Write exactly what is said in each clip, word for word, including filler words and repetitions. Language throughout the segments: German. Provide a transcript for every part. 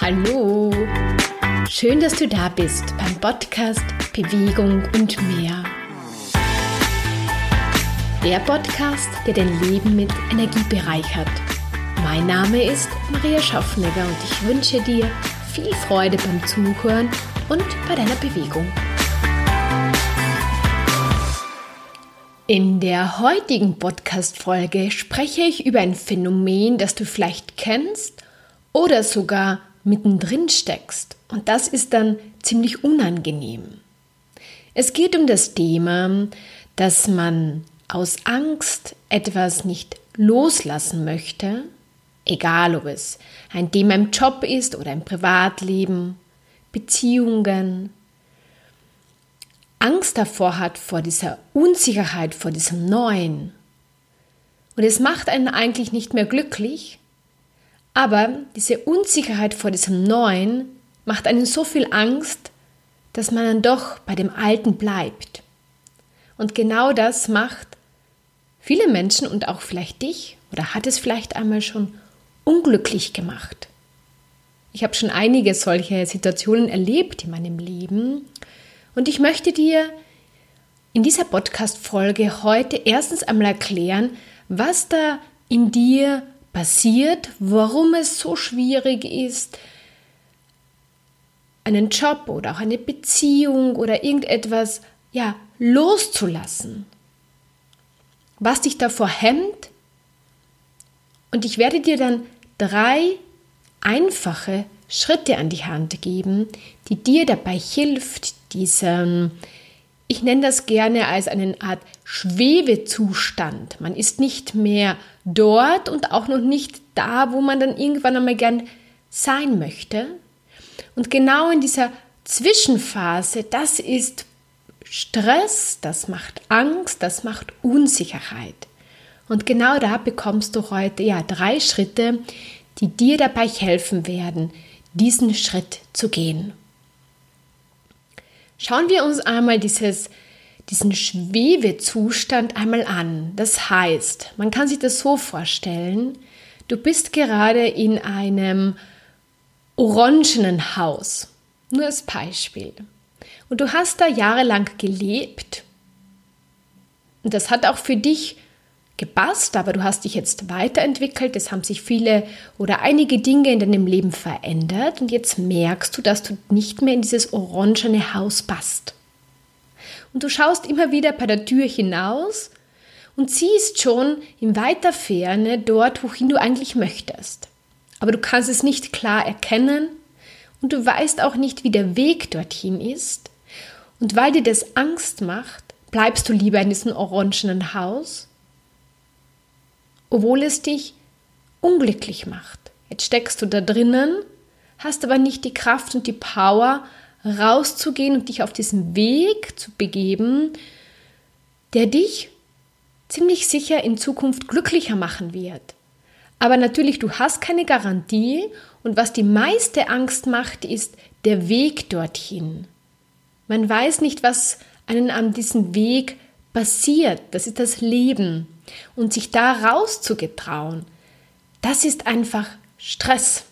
Hallo, schön, dass du da bist beim Podcast Bewegung und mehr. Der Podcast, der dein Leben mit Energie bereichert. Mein Name ist Maria Schaffnegger und ich wünsche dir viel Freude beim Zuhören und bei deiner Bewegung. In der heutigen Podcast-Folge spreche ich über ein Phänomen, das du vielleicht kennst oder sogar mittendrin steckst. Und das ist dann ziemlich unangenehm. Es geht um das Thema, dass man aus Angst etwas nicht loslassen möchte, egal ob es ein Thema im Job ist oder im Privatleben, Beziehungen, Angst davor hat, vor dieser Unsicherheit, vor diesem Neuen. Und es macht einen eigentlich nicht mehr glücklich, aber diese Unsicherheit vor diesem Neuen macht einen so viel Angst, dass man dann doch bei dem Alten bleibt. Und genau das macht viele Menschen und auch vielleicht dich oder hat es vielleicht einmal schon unglücklich gemacht. Ich habe schon einige solche Situationen erlebt in meinem Leben. Und ich möchte dir in dieser Podcast-Folge heute erstens einmal erklären, was da in dir passiert, warum es so schwierig ist, einen Job oder auch eine Beziehung oder irgendetwas ja, loszulassen, was dich davor hemmt. Und ich werde dir dann drei einfache Schritte an die Hand geben, die dir dabei hilft, diesen, ich nenne das gerne als eine Art Schwebezustand. Man ist nicht mehr dort und auch noch nicht da, wo man dann irgendwann einmal gern sein möchte. Und genau in dieser Zwischenphase, das ist Stress, das macht Angst, das macht Unsicherheit. Und genau da bekommst du heute ja drei Schritte, die dir dabei helfen werden, diesen Schritt zu gehen. Schauen wir uns einmal dieses, diesen Schwebezustand einmal an. Das heißt, man kann sich das so vorstellen, du bist gerade in einem orangenen Haus, nur als Beispiel. Und du hast da jahrelang gelebt und das hat auch für dich gepasst, aber du hast dich jetzt weiterentwickelt, es haben sich viele oder einige Dinge in deinem Leben verändert und jetzt merkst du, dass du nicht mehr in dieses orangene Haus passt. Und du schaust immer wieder bei der Tür hinaus und siehst schon in weiter Ferne dort, wohin du eigentlich möchtest. Aber du kannst es nicht klar erkennen und du weißt auch nicht, wie der Weg dorthin ist. Und weil dir das Angst macht, bleibst du lieber in diesem orangenen Haus, obwohl es dich unglücklich macht. Jetzt steckst du da drinnen, hast aber nicht die Kraft und die Power, rauszugehen und dich auf diesen Weg zu begeben, der dich ziemlich sicher in Zukunft glücklicher machen wird. Aber natürlich, du hast keine Garantie und was die meiste Angst macht, ist der Weg dorthin. Man weiß nicht, was einen an diesem Weg passiert. Das ist das Leben. Und sich da rauszugetrauen, das ist einfach Stress.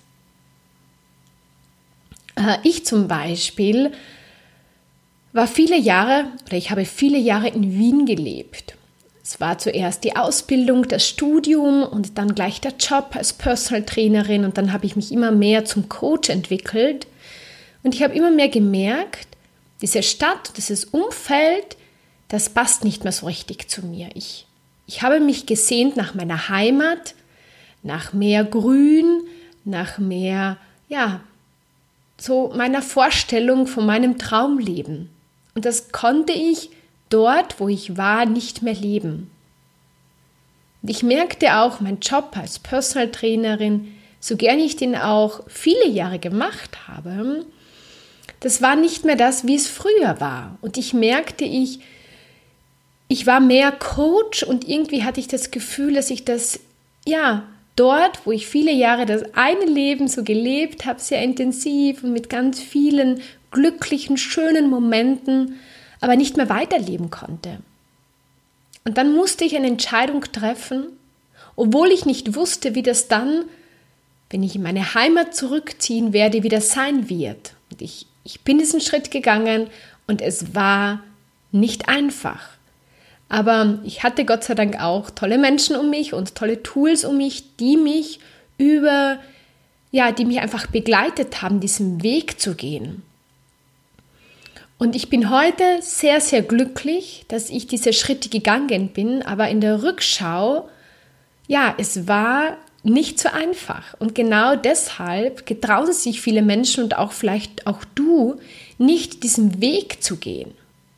Ich zum Beispiel war viele Jahre, oder ich habe viele Jahre in Wien gelebt. Es war zuerst die Ausbildung, das Studium und dann gleich der Job als Personal Trainerin und dann habe ich mich immer mehr zum Coach entwickelt und ich habe immer mehr gemerkt, diese Stadt, dieses Umfeld, das passt nicht mehr so richtig zu mir. Ich Ich habe mich gesehnt nach meiner Heimat, nach mehr Grün, nach mehr, ja, so meiner Vorstellung von meinem Traumleben. Und das konnte ich dort, wo ich war, nicht mehr leben. Und ich merkte auch, mein Job als Personal Trainerin, so gern ich den auch viele Jahre gemacht habe, das war nicht mehr das, wie es früher war. Und ich merkte, ich Ich war mehr Coach und irgendwie hatte ich das Gefühl, dass ich das, ja, dort, wo ich viele Jahre das eine Leben so gelebt habe, sehr intensiv und mit ganz vielen glücklichen, schönen Momenten, aber nicht mehr weiterleben konnte. Und dann musste ich eine Entscheidung treffen, obwohl ich nicht wusste, wie das dann wenn ich in meine Heimat zurückziehen werde, wie das sein wird. Und ich, ich bin diesen Schritt gegangen und es war nicht einfach. Aber ich hatte Gott sei Dank auch tolle Menschen um mich und tolle Tools um mich, die mich über, ja, die mich einfach begleitet haben, diesen Weg zu gehen. Und ich bin heute sehr, sehr glücklich, dass ich diese Schritte gegangen bin, aber in der Rückschau, ja, es war nicht so einfach. Und genau deshalb getrauen sich viele Menschen und auch vielleicht auch du, nicht diesen Weg zu gehen.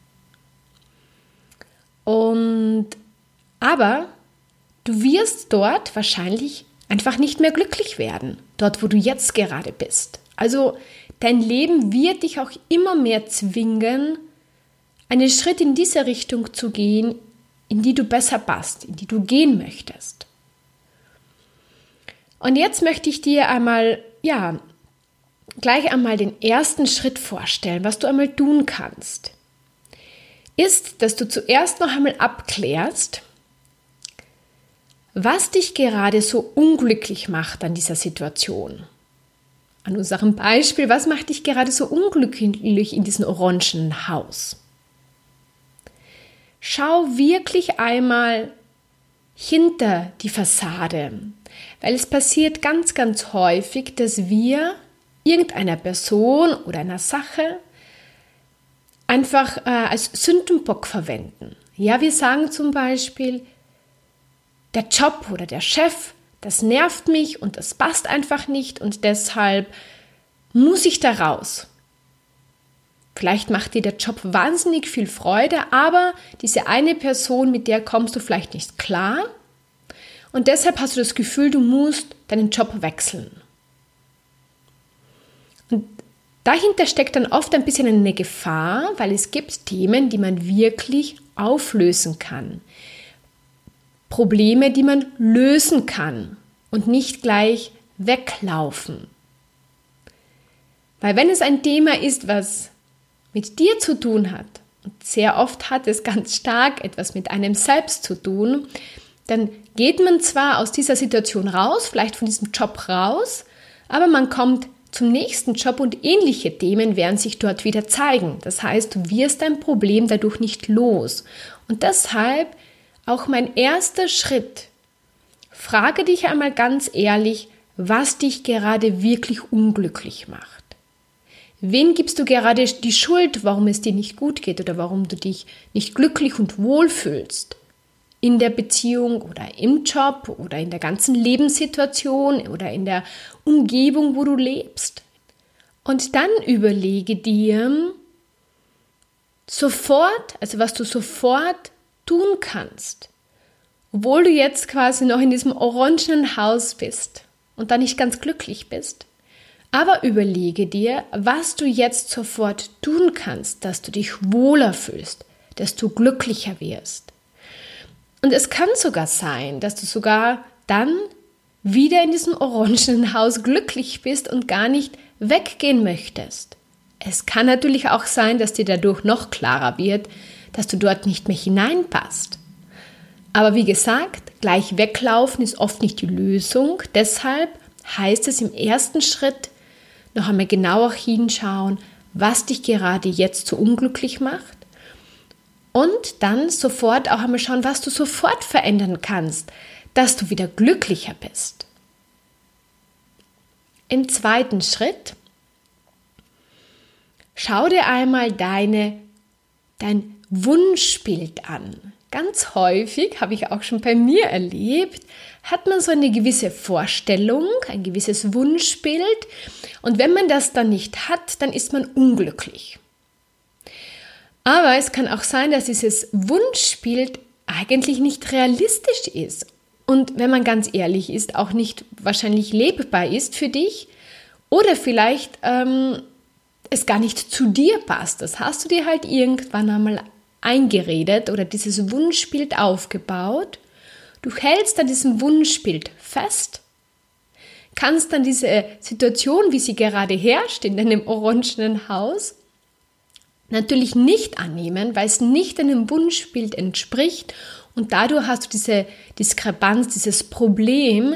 Und, aber du wirst dort wahrscheinlich einfach nicht mehr glücklich werden, dort, wo du jetzt gerade bist. Also dein Leben wird dich auch immer mehr zwingen, einen Schritt in diese Richtung zu gehen, in die du besser passt, in die du gehen möchtest. Und jetzt möchte ich dir einmal, ja, gleich einmal den ersten Schritt vorstellen, was du einmal tun kannst. Ist, dass du zuerst noch einmal abklärst, was dich gerade so unglücklich macht an dieser Situation. An unserem Beispiel, was macht dich gerade so unglücklich in diesem orangenen Haus? Schau wirklich einmal hinter die Fassade, weil es passiert ganz, ganz häufig, dass wir irgendeiner Person oder einer Sache einfach äh, als Sündenbock verwenden. Ja, wir sagen zum Beispiel, der Job oder der Chef, das nervt mich und das passt einfach nicht und deshalb muss ich da raus. Vielleicht macht dir der Job wahnsinnig viel Freude, aber diese eine Person, mit der kommst du vielleicht nicht klar und deshalb hast du das Gefühl, du musst deinen Job wechseln. Und dahinter steckt dann oft ein bisschen eine Gefahr, weil es gibt Themen, die man wirklich auflösen kann. Probleme, die man lösen kann und nicht gleich weglaufen. Weil wenn es ein Thema ist, was mit dir zu tun hat, und sehr oft hat es ganz stark etwas mit einem selbst zu tun, dann geht man zwar aus dieser Situation raus, vielleicht von diesem Job raus, aber man kommt zum nächsten Job und ähnliche Themen werden sich dort wieder zeigen. Das heißt, du wirst dein Problem dadurch nicht los. Und deshalb auch mein erster Schritt. Frage dich einmal ganz ehrlich, was dich gerade wirklich unglücklich macht. Wen gibst du gerade die Schuld, warum es dir nicht gut geht oder warum du dich nicht glücklich und wohl fühlst? In der Beziehung oder im Job oder in der ganzen Lebenssituation oder in der Umgebung, wo du lebst. Und dann überlege dir sofort, also was du sofort tun kannst, obwohl du jetzt quasi noch in diesem orangenen Haus bist und da nicht ganz glücklich bist. Aber überlege dir, was du jetzt sofort tun kannst, dass du dich wohler fühlst, dass du glücklicher wirst. Und es kann sogar sein, dass du sogar dann wieder in diesem orangenen Haus glücklich bist und gar nicht weggehen möchtest. Es kann natürlich auch sein, dass dir dadurch noch klarer wird, dass du dort nicht mehr hineinpasst. Aber wie gesagt, gleich weglaufen ist oft nicht die Lösung. Deshalb heißt es im ersten Schritt noch einmal genauer hinschauen, was dich gerade jetzt so unglücklich macht. Und dann sofort auch einmal schauen, was du sofort verändern kannst, dass du wieder glücklicher bist. Im zweiten Schritt schau dir einmal deine, dein Wunschbild an. Ganz häufig, habe ich auch schon bei mir erlebt, hat man so eine gewisse Vorstellung, ein gewisses Wunschbild und wenn man das dann nicht hat, dann ist man unglücklich. Aber es kann auch sein, dass dieses Wunschbild eigentlich nicht realistisch ist und wenn man ganz ehrlich ist, auch nicht wahrscheinlich lebbar ist für dich oder vielleicht ähm, es gar nicht zu dir passt. Das hast du dir halt irgendwann einmal eingeredet oder dieses Wunschbild aufgebaut. Du hältst an diesem Wunschbild fest, kannst dann diese Situation, wie sie gerade herrscht in deinem orangenen Haus, natürlich nicht annehmen, weil es nicht deinem Wunschbild entspricht und dadurch hast du diese Diskrepanz, dieses Problem,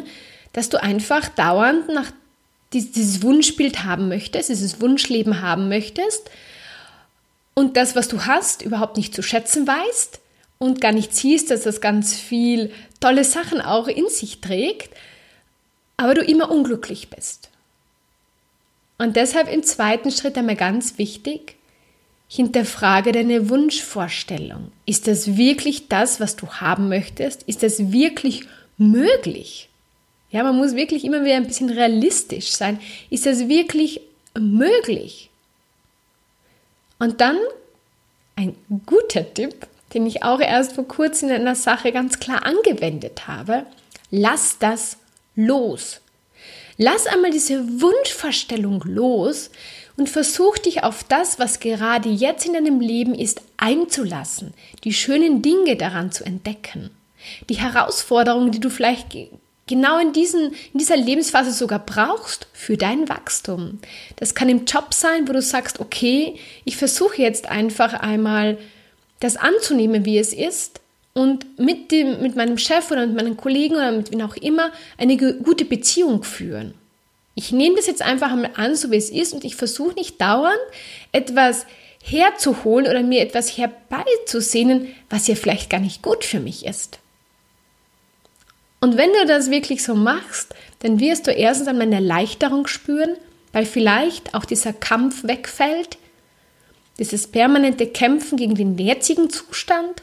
dass du einfach dauernd nach dieses Wunschbild haben möchtest, dieses Wunschleben haben möchtest und das, was du hast, überhaupt nicht zu schätzen weißt und gar nicht siehst, dass das ganz viel tolle Sachen auch in sich trägt, aber du immer unglücklich bist. Und deshalb im zweiten Schritt einmal ganz wichtig, hinterfrage deine Wunschvorstellung. Ist das wirklich das, was du haben möchtest? Ist das wirklich möglich? Ja, man muss wirklich immer wieder ein bisschen realistisch sein. Ist das wirklich möglich? Und dann ein guter Tipp, den ich auch erst vor kurzem in einer Sache ganz klar angewendet habe. Lass das los. Lass einmal diese Wunschvorstellung los und versuch dich auf das, was gerade jetzt in deinem Leben ist, einzulassen, die schönen Dinge daran zu entdecken, die Herausforderungen, die du vielleicht genau in, diesen, in dieser Lebensphase sogar brauchst für dein Wachstum. Das kann im Job sein, wo du sagst, okay, ich versuche jetzt einfach einmal das anzunehmen, wie es ist und mit, dem, mit meinem Chef oder mit meinen Kollegen oder mit wem auch immer eine gute Beziehung führen. Ich nehme das jetzt einfach einmal an, so wie es ist und ich versuche nicht dauernd etwas herzuholen oder mir etwas herbeizusehnen, was ja vielleicht gar nicht gut für mich ist. Und wenn du das wirklich so machst, dann wirst du erstens einmal eine Erleichterung spüren, weil vielleicht auch dieser Kampf wegfällt, dieses permanente Kämpfen gegen den jetzigen Zustand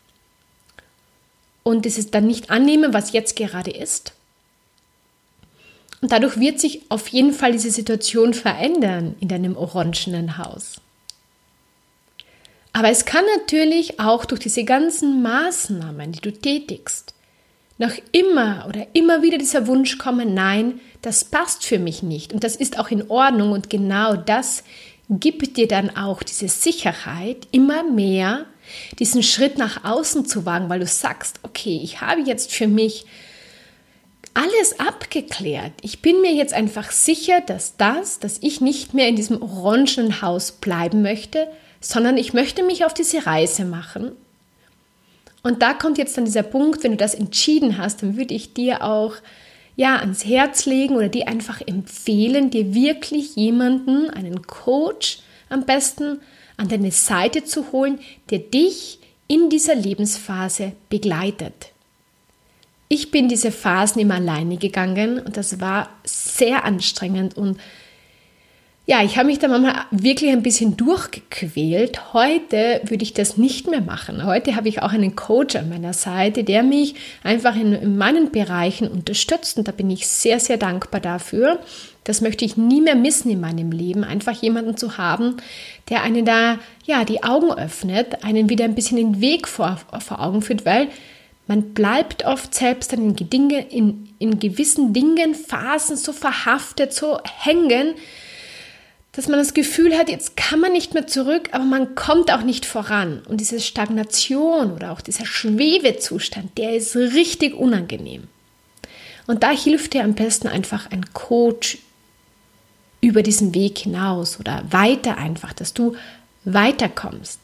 und dieses dann nicht annehmen, was jetzt gerade ist. Und dadurch wird sich auf jeden Fall diese Situation verändern in deinem orangenen Haus. Aber es kann natürlich auch durch diese ganzen Maßnahmen, die du tätigst, noch immer oder immer wieder dieser Wunsch kommen, nein, das passt für mich nicht und das ist auch in Ordnung und genau das gibt dir dann auch diese Sicherheit, immer mehr diesen Schritt nach außen zu wagen, weil du sagst, okay, ich habe jetzt für mich alles abgeklärt. Ich bin mir jetzt einfach sicher, dass das, dass ich nicht mehr in diesem orangenen Haus bleiben möchte, sondern ich möchte mich auf diese Reise machen. Und da kommt jetzt dann dieser Punkt, wenn du das entschieden hast, dann würde ich dir auch ja, ans Herz legen oder dir einfach empfehlen, dir wirklich jemanden, einen Coach am besten, an deine Seite zu holen, der dich in dieser Lebensphase begleitet. Ich bin diese Phasen immer alleine gegangen und das war sehr anstrengend und ja, ich habe mich da manchmal wirklich ein bisschen durchgequält. Heute würde ich das nicht mehr machen. Heute habe ich auch einen Coach an meiner Seite, der mich einfach in, in meinen Bereichen unterstützt und da bin ich sehr, sehr dankbar dafür. Das möchte ich nie mehr missen in meinem Leben, einfach jemanden zu haben, der einen da ja, die Augen öffnet, einen wieder ein bisschen den Weg vor, vor Augen führt, weil man bleibt oft selbst dann in, Dinge, in, in gewissen Dingen, Phasen so verhaftet, so hängen, dass man das Gefühl hat, jetzt kann man nicht mehr zurück, aber man kommt auch nicht voran. Und diese Stagnation oder auch dieser Schwebezustand, der ist richtig unangenehm. Und da hilft dir am besten einfach ein Coach über diesen Weg hinaus oder weiter einfach, dass du weiterkommst.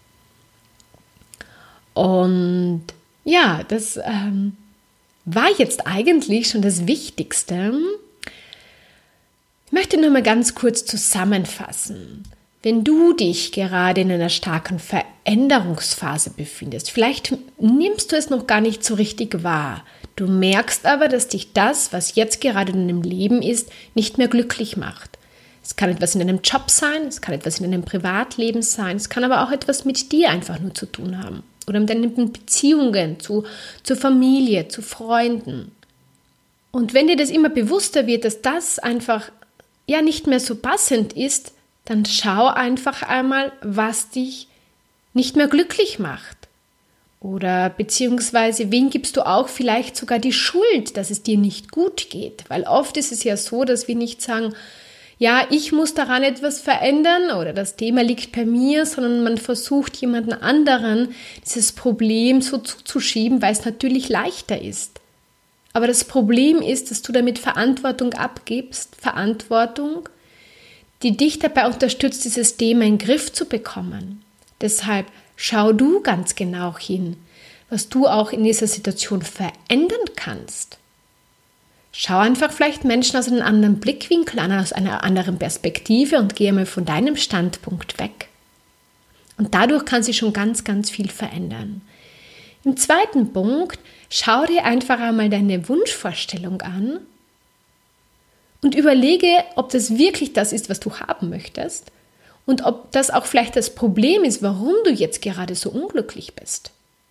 Und ja, das ähm, war jetzt eigentlich schon das Wichtigste. Ich möchte noch mal ganz kurz zusammenfassen. Wenn du dich gerade in einer starken Veränderungsphase befindest, vielleicht nimmst du es noch gar nicht so richtig wahr. Du merkst aber, dass dich das, was jetzt gerade in deinem Leben ist, nicht mehr glücklich macht. Es kann etwas in deinem Job sein, es kann etwas in deinem Privatleben sein, es kann aber auch etwas mit dir einfach nur zu tun haben. Oder mit deinen Beziehungen zu, zur Familie, zu Freunden. Und wenn dir das immer bewusster wird, dass das einfach ja nicht mehr so passend ist, dann schau einfach einmal, was dich nicht mehr glücklich macht. Oder beziehungsweise, wen gibst du auch vielleicht sogar die Schuld, dass es dir nicht gut geht? Weil oft ist es ja so, dass wir nicht sagen, ja, ich muss daran etwas verändern oder das Thema liegt bei mir, sondern man versucht, jemanden anderen dieses Problem so zuzuschieben, weil es natürlich leichter ist. Aber das Problem ist, dass du damit Verantwortung abgibst, Verantwortung, die dich dabei unterstützt, dieses Thema in den Griff zu bekommen. Deshalb schau du ganz genau hin, was du auch in dieser Situation verändern kannst. Schau einfach vielleicht Menschen aus einem anderen Blickwinkel an, aus einer anderen Perspektive und gehe mal von deinem Standpunkt weg. Und dadurch kann sich schon ganz, ganz viel verändern. Im zweiten Punkt, schau dir einfach einmal deine Wunschvorstellung an und überlege, ob das wirklich das ist, was du haben möchtest und ob das auch vielleicht das Problem ist, warum du jetzt gerade so unglücklich bist.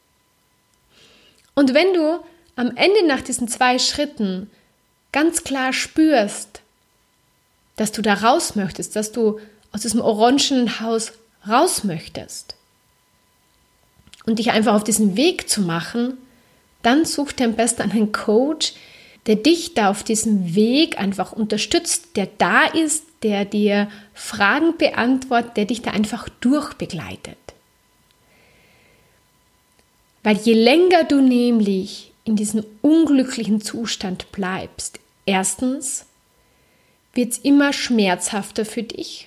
Und wenn du am Ende nach diesen zwei Schritten ganz klar spürst, dass du da raus möchtest, dass du aus diesem orangenen Haus raus möchtest und dich einfach auf diesen Weg zu machen, dann such dir am besten einen Coach, der dich da auf diesem Weg einfach unterstützt, der da ist, der dir Fragen beantwortet, der dich da einfach durchbegleitet. Weil je länger du nämlich in diesem unglücklichen Zustand bleibst, erstens wird es immer schmerzhafter für dich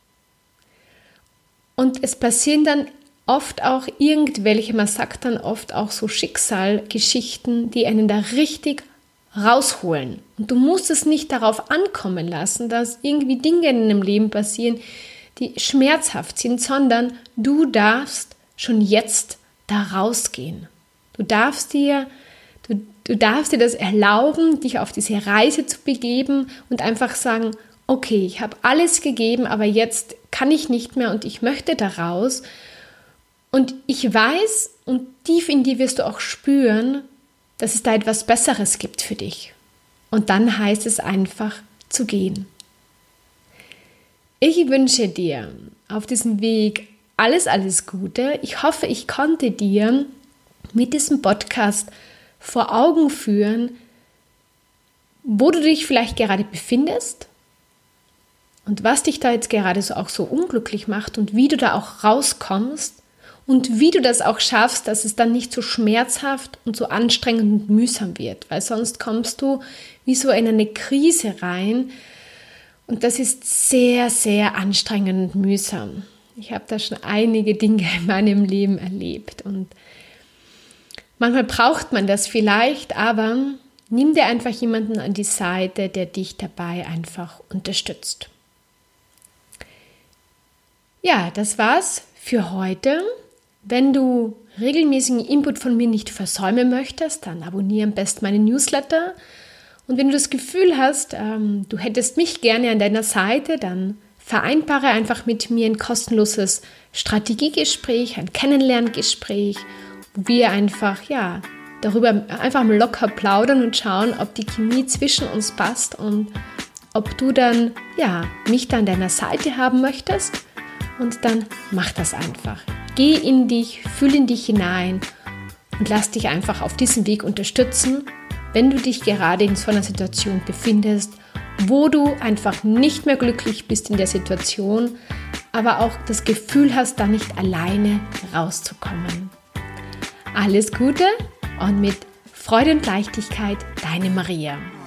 und es passieren dann oft auch irgendwelche, man sagt dann oft auch so Schicksalgeschichten, die einen da richtig rausholen. Und du musst es nicht darauf ankommen lassen, dass irgendwie Dinge in deinem Leben passieren, die schmerzhaft sind, sondern du darfst schon jetzt da rausgehen. Du darfst dir, du, du darfst dir das erlauben, dich auf diese Reise zu begeben und einfach sagen, okay, ich habe alles gegeben, aber jetzt kann ich nicht mehr und ich möchte da raus. Und ich weiß, und tief in dir wirst du auch spüren, dass es da etwas Besseres gibt für dich. Und dann heißt es einfach zu gehen. Ich wünsche dir auf diesem Weg alles, alles Gute. Ich hoffe, ich konnte dir mit diesem Podcast vor Augen führen, wo du dich vielleicht gerade befindest und was dich da jetzt gerade so auch so unglücklich macht und wie du da auch rauskommst. Und wie du das auch schaffst, dass es dann nicht so schmerzhaft und so anstrengend und mühsam wird, weil sonst kommst du wie so in eine Krise rein und das ist sehr, sehr anstrengend und mühsam. Ich habe da schon einige Dinge in meinem Leben erlebt und manchmal braucht man das vielleicht, aber nimm dir einfach jemanden an die Seite, der dich dabei einfach unterstützt. Ja, das war's für heute. Wenn du regelmäßigen Input von mir nicht versäumen möchtest, dann abonniere am besten meinen Newsletter. Und wenn du das Gefühl hast, ähm, du hättest mich gerne an deiner Seite, dann vereinbare einfach mit mir ein kostenloses Strategiegespräch, ein Kennenlerngespräch, wo wir einfach, ja, darüber einfach mal locker plaudern und schauen, ob die Chemie zwischen uns passt und ob du dann, ja, mich da an deiner Seite haben möchtest. Und dann mach das einfach. Geh in dich, fühl in dich hinein und lass dich einfach auf diesem Weg unterstützen, wenn du dich gerade in so einer Situation befindest, wo du einfach nicht mehr glücklich bist in der Situation, aber auch das Gefühl hast, da nicht alleine rauszukommen. Alles Gute und mit Freude und Leichtigkeit, deine Maria.